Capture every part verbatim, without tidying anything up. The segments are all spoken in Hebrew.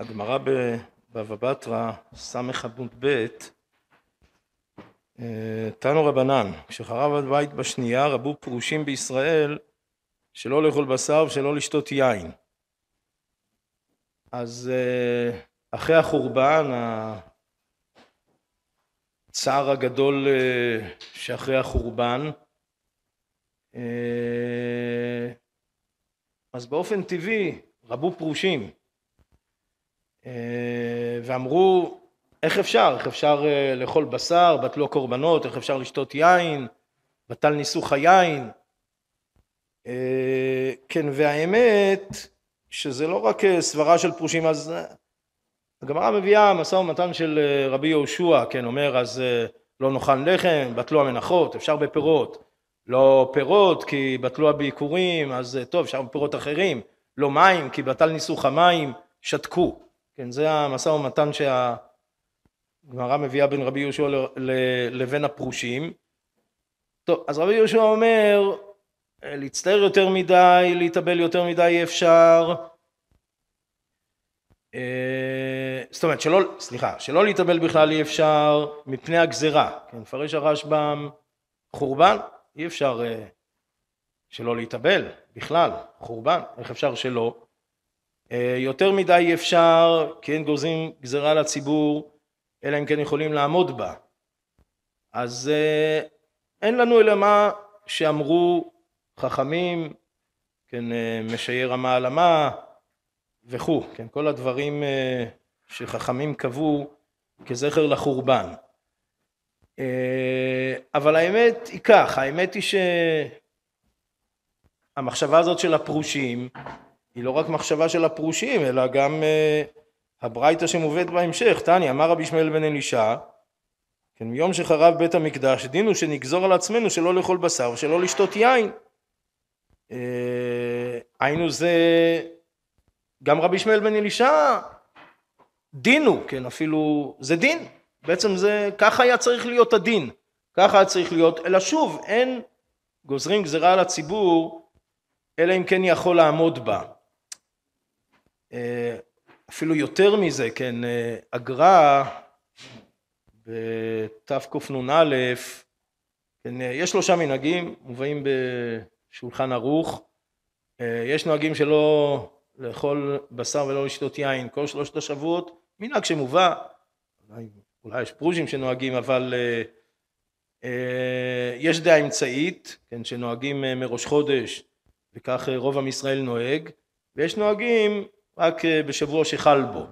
הגמרא בבבא בתרא סמך עמוד ב' תנו רבנן, כשחרב הבית בשנייה רבו פרושים בישראל שלא לאכול בשר ושלא לשתות יין. אז אחרי החורבן, הצער הגדול שאחרי החורבן, אז באופן טבעי רבו פרושים ואמרו איך אפשר, איך אפשר לאכול בשר, בטלו קורבנות, איך אפשר לשתות יין, בטל ניסוך היין. כן, והאמת שזה לא רק סברה של פרושים, אז הגמרא מביאה משא ומתן של רבי יהושע, כן, אומר אז לא נאכל לחם, בטלו המנחות, אפשר בפירות, לא פירות כי בטלו הביקורים, אז טוב, אפשר בפירות אחרים, לא מים כי בטל ניסוך המים, שתקו. כן, זה המשא ומתן שהגמרא מביאה בין רבי יהושע לבין הפרושים. טוב, אז רבי יהושע אומר, להצטער יותר מדי, להתאבל יותר מדי אי אפשר. זאת אומרת, שלא, סליחה, שלא להתאבל בכלל אי אפשר מפני הגזרה. כן, מפרש הרשב"ם, חורבן, אי אפשר שלא להתאבל בכלל, חורבן, איך אפשר שלא? יותר מדי אי אפשר, כי אין גוזרים גזרה לציבור, אלא אם כן יכולים לעמוד בה. אז אין לנו אלא מה שאמרו חכמים, כן, משייר המעלמה וכו', כן, כל הדברים שחכמים קבעו כזכר לחורבן. אבל האמת היא כך, האמת היא שהמחשבה הזאת של הפרושים, היא לא רק מחשבה של הפרושים, אלא גם uh, הברייתא שמובאת בהמשך. תניא, אמר רבי ישמעאל בן אלישע, כן, מיום שחרב בית המקדש, דינו שנגזור על עצמנו שלא לאכול בשר ושלא לשתות יין. Uh, היינו זה, גם רבי ישמעאל בן אלישע, דינו, כן, אפילו זה דין. בעצם זה, ככה היה צריך להיות הדין. ככה היה צריך להיות, אלא שוב, אין גוזרים גזרה על הציבור, אלא אם כן יכול לעמוד בה. אפילו יותר מזה, כן, הגר"א בתקנ"א, כן, יש שלושה מנהגים מובאים בשולחן ערוך. יש נוהגים שלא לאכול בשר ולא לשתות יין כל שלושת השבועות, מנהג שמובא, אולי, אולי יש פרושים שנוהגים, אבל יש דעה אמצעית, כן, שנוהגים מראש חודש, וכך רוב עם ישראל נוהג, ויש נוהגים רק בשבוע שחל בו.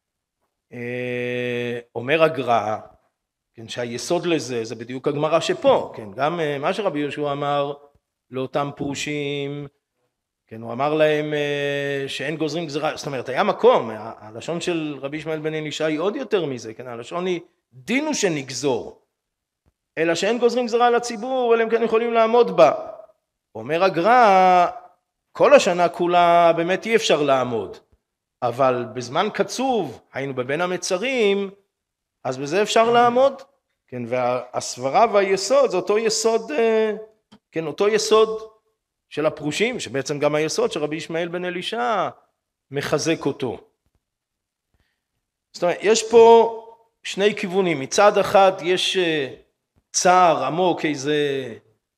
אומר הגר"א, כן, שהיסוד לזה זה בדיוק הגמרא שפה, כן, גם מה שרבי יהושע אמר לאותם פרושים, כן, הוא אמר להם שאין גוזרים גזרה, זאת אומרת היה מקום, הלשון של רבי ישמעאל בן אלישע היא עוד יותר מזה, כן, הלשון היא דינו שנגזור, אלא שאין גוזרים גזרה על הציבור, אלא הם כן יכולים לעמוד בה. אומר הגר"א, כל השנה כולה באמת אי אפשר לעמוד, אבל בזמן קצוב, היינו בבין המצרים, אז בזה אפשר לעמוד, כן, והסברה והיסוד זה אותו יסוד, כן, אותו יסוד של הפרושים, שבעצם גם היסוד שרבי ישמעאל בן אלישע מחזק אותו. זאת אומרת, יש פה שני כיוונים, מצד אחד יש צער עמוק, איזה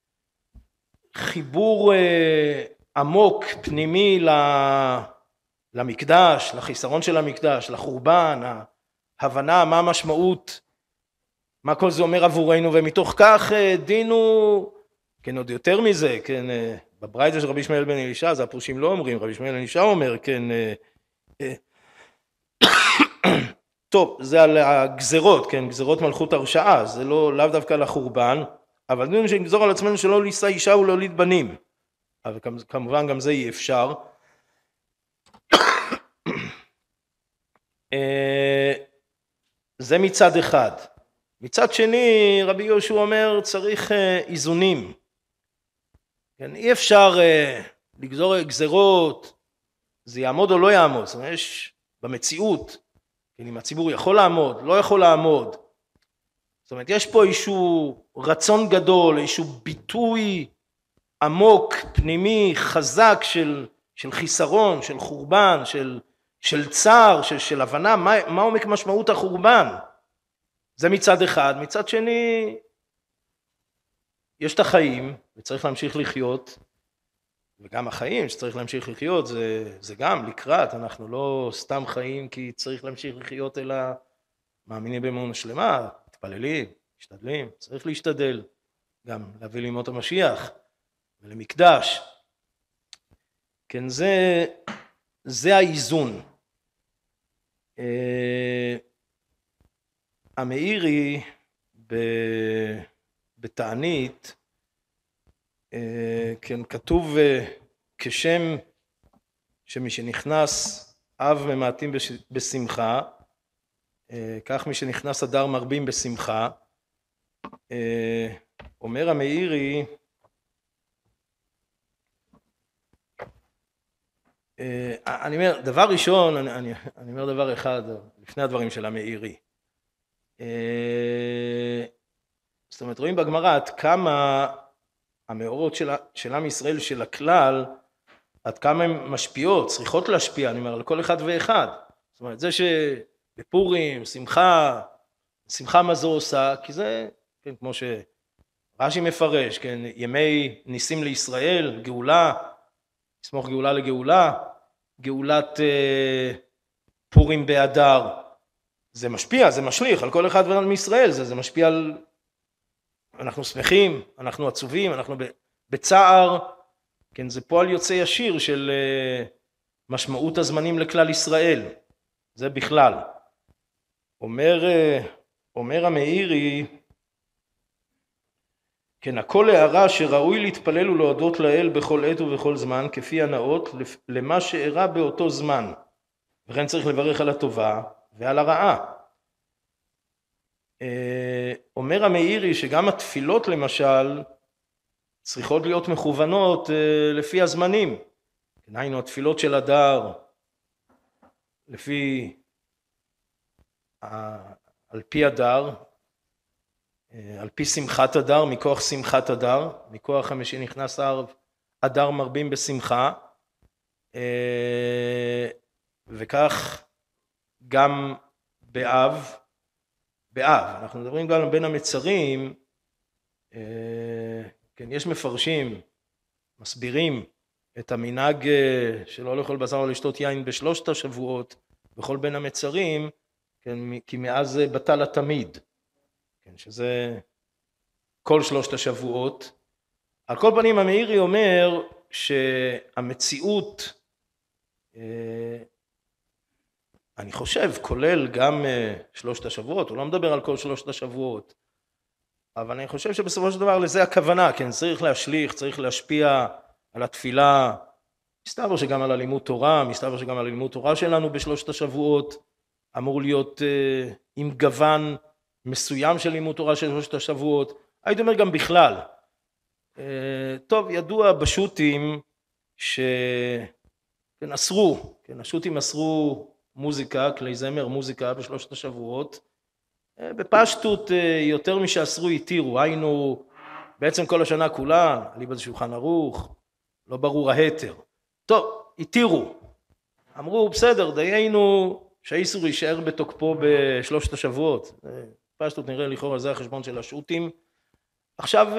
חיבור עמוק פנימי למקדש, לחיסרון של המקדש, לחורבן, ההבנה מה המשמעות, מה כל זה אומר עבורנו, ומתוך כך דינו, כן, עוד יותר מזה, כן, בברייתא של רבי ישמעאל בן אלישע, זה הפרושים לא אומרים, רבי ישמעאל בן אלישע אומר, כן, טוב, זה על הגזרות, כן, גזרות מלכות הרשעה, זה לא לאו דווקא לחורבן, אבל דינו שנגזור על עצמנו שלא לישא אישה ולהוליד בנים, אבל כמובן גם זה אי אפשר. זה מצד אחד. מצד שני, רבי יהושע אומר, צריך איזונים. כן, אי אפשר לגזור גזרות, זה יעמוד או לא יעמוד. זאת אומרת, יש במציאות, כן, אם הציבור יכול לעמוד, לא יכול לעמוד. זאת אומרת, יש פה איזשהו רצון גדול, איזשהו ביטוי עמוק, פנימי, חזק של, של חיסרון, של חורבן, של של צער, של, של הבנה, מה, מה עומק משמעות החורבן. זה מצד אחד. מצד שני, יש את החיים, וצריך להמשיך לחיות, וגם החיים שצריך להמשיך לחיות, זה, זה גם לקראת, אנחנו לא סתם חיים כי צריך להמשיך לחיות, אלא מאמינים באמונה שלמה, מתפללים, משתדלים, צריך להשתדל, גם להביא לימות המשיח, ולמקדש. כן, זה, זה האיזון. המאירי בתענית, כן, כתוב כשם שמי שנכנס אב ממעטים בשמחה, כך מי שנכנס אדר מרבים בשמחה. אומר המאירי, אני אומר, דבר ראשון, אני, אני, אני אומר דבר אחד, לפני הדברים של המאירי. זאת אומרת, רואים בגמרא עד כמה המאורות של, של עם ישראל, של הכלל, עד כמה הן משפיעות, צריכות להשפיע, אני אומר, על כל אחד ואחד. זאת אומרת, זה שבפורים, שמחה, שמחה מה זו עושה, כי זה, כן, כמו שרש"י מפרש, כן, ימי ניסים לישראל, גאולה, לסמוך גאולה לגאולה, גאולת אה, פורים באדר, זה משפיע, זה משליך על כל אחד ואחד מישראל, זה, זה משפיע על, אנחנו שמחים, אנחנו עצובים, אנחנו בצער, כן, זה פועל יוצא ישיר של אה, משמעות הזמנים לכלל ישראל, זה בכלל. אומר, אה, אומר המאירי, כן, הכל הערה שראוי להתפלל ולהודות לאל בכל עת ובכל זמן, כפי הנאות, למה שאירע באותו זמן. וכן צריך לברך על הטובה ועל הרעה. אומר המאירי שגם התפילות למשל, צריכות להיות מכוונות לפי הזמנים. היינו התפילות של אדר, לפי, על פי אדר, על פי שמחת אדר, מכוח שמחת אדר, מכוח המשי נכנס אדר מרבים בשמחה, וכך גם באב, באב, אנחנו מדברים גם בין המצרים, כן, יש מפרשים, מסבירים את המנהג שלא לאכול בשר או לשתות יין בשלושת השבועות, בכל בין המצרים, כן, כי מאז בטל התמיד. כן, שזה כל שלושת השבועות. על כל פנים המאירי אומר שהמציאות, אני חושב, כולל גם שלושת השבועות, הוא לא מדבר על כל שלושת השבועות, אבל אני חושב שבסופו של דבר לזה הכוונה, כן, צריך להשליך, צריך להשפיע על התפילה, מסתבר שגם על הלימוד תורה, מסתבר שגם על הלימוד תורה שלנו בשלושת השבועות, אמור להיות עם גוון מסוים של לימוד תורה של שלושת השבועות, הייתי אומר גם בכלל. טוב, ידוע בשו"תים שאסרו, כן, השו"תים אסרו מוזיקה, כלי זמר, מוזיקה בשלושת השבועות, בפשטות יותר משאסרו התירו, היינו בעצם כל השנה כולה, אליבא דשולחן ערוך, לא ברור ההתר. טוב, התירו, אמרו בסדר, דיינו שהאיסור יישאר בתוקפו בשלושת השבועות, פשטות נראה לכאורה זה החשבון של השו"תים. עכשיו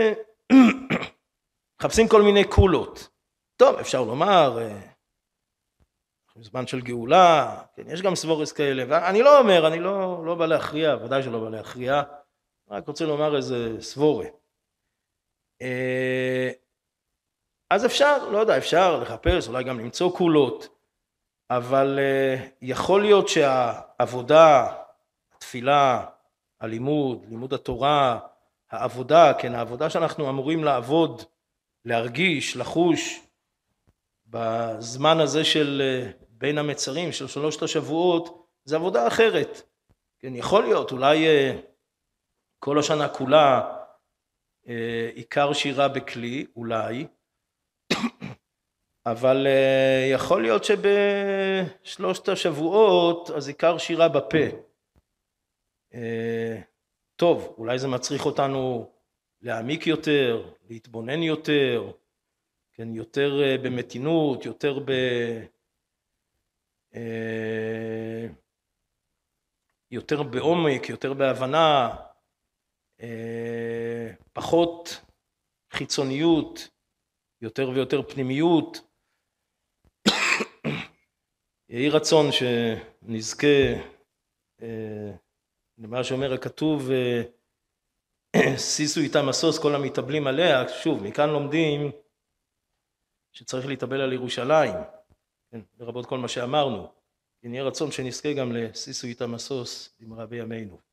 מחפשים כל מיני קולות. טוב, אפשר לומר, זמן של גאולה, כן, יש גם סבורס כאלה, ואני לא אומר, אני לא, לא בא להכריע, ודאי שלא בא להכריע, רק רוצה לומר איזה סבורה. אז אפשר, לא יודע, אפשר לחפש, אולי גם למצוא קולות, אבל יכול להיות שהעבודה, התפילה, הלימוד, לימוד התורה, העבודה, כן, העבודה שאנחנו אמורים לעבוד, להרגיש, לחוש, בזמן הזה של בין המצרים, של שלושת השבועות, זה עבודה אחרת. כן, יכול להיות, אולי כל השנה כולה עיקר שירה בכלי, אולי, אבל יכול להיות שבשלושת השבועות אז עיקר שירה בפה. טוב, אולי זה מצריך אותנו להעמיק יותר, להתבונן יותר, כן, יותר במתינות, יותר ב... יותר בעומק, יותר בהבנה, פחות חיצוניות, יותר ויותר פנימיות. יהי רצון שנזכה למה שאומר הכתוב, שישו איתה משוש כל המתאבלים עליה. שוב, מכאן לומדים שצריך להתאבל על ירושלים, לרבות כל מה שאמרנו. יהי רצון שנזכה גם לשישו איתה משוש במהרה בימינו.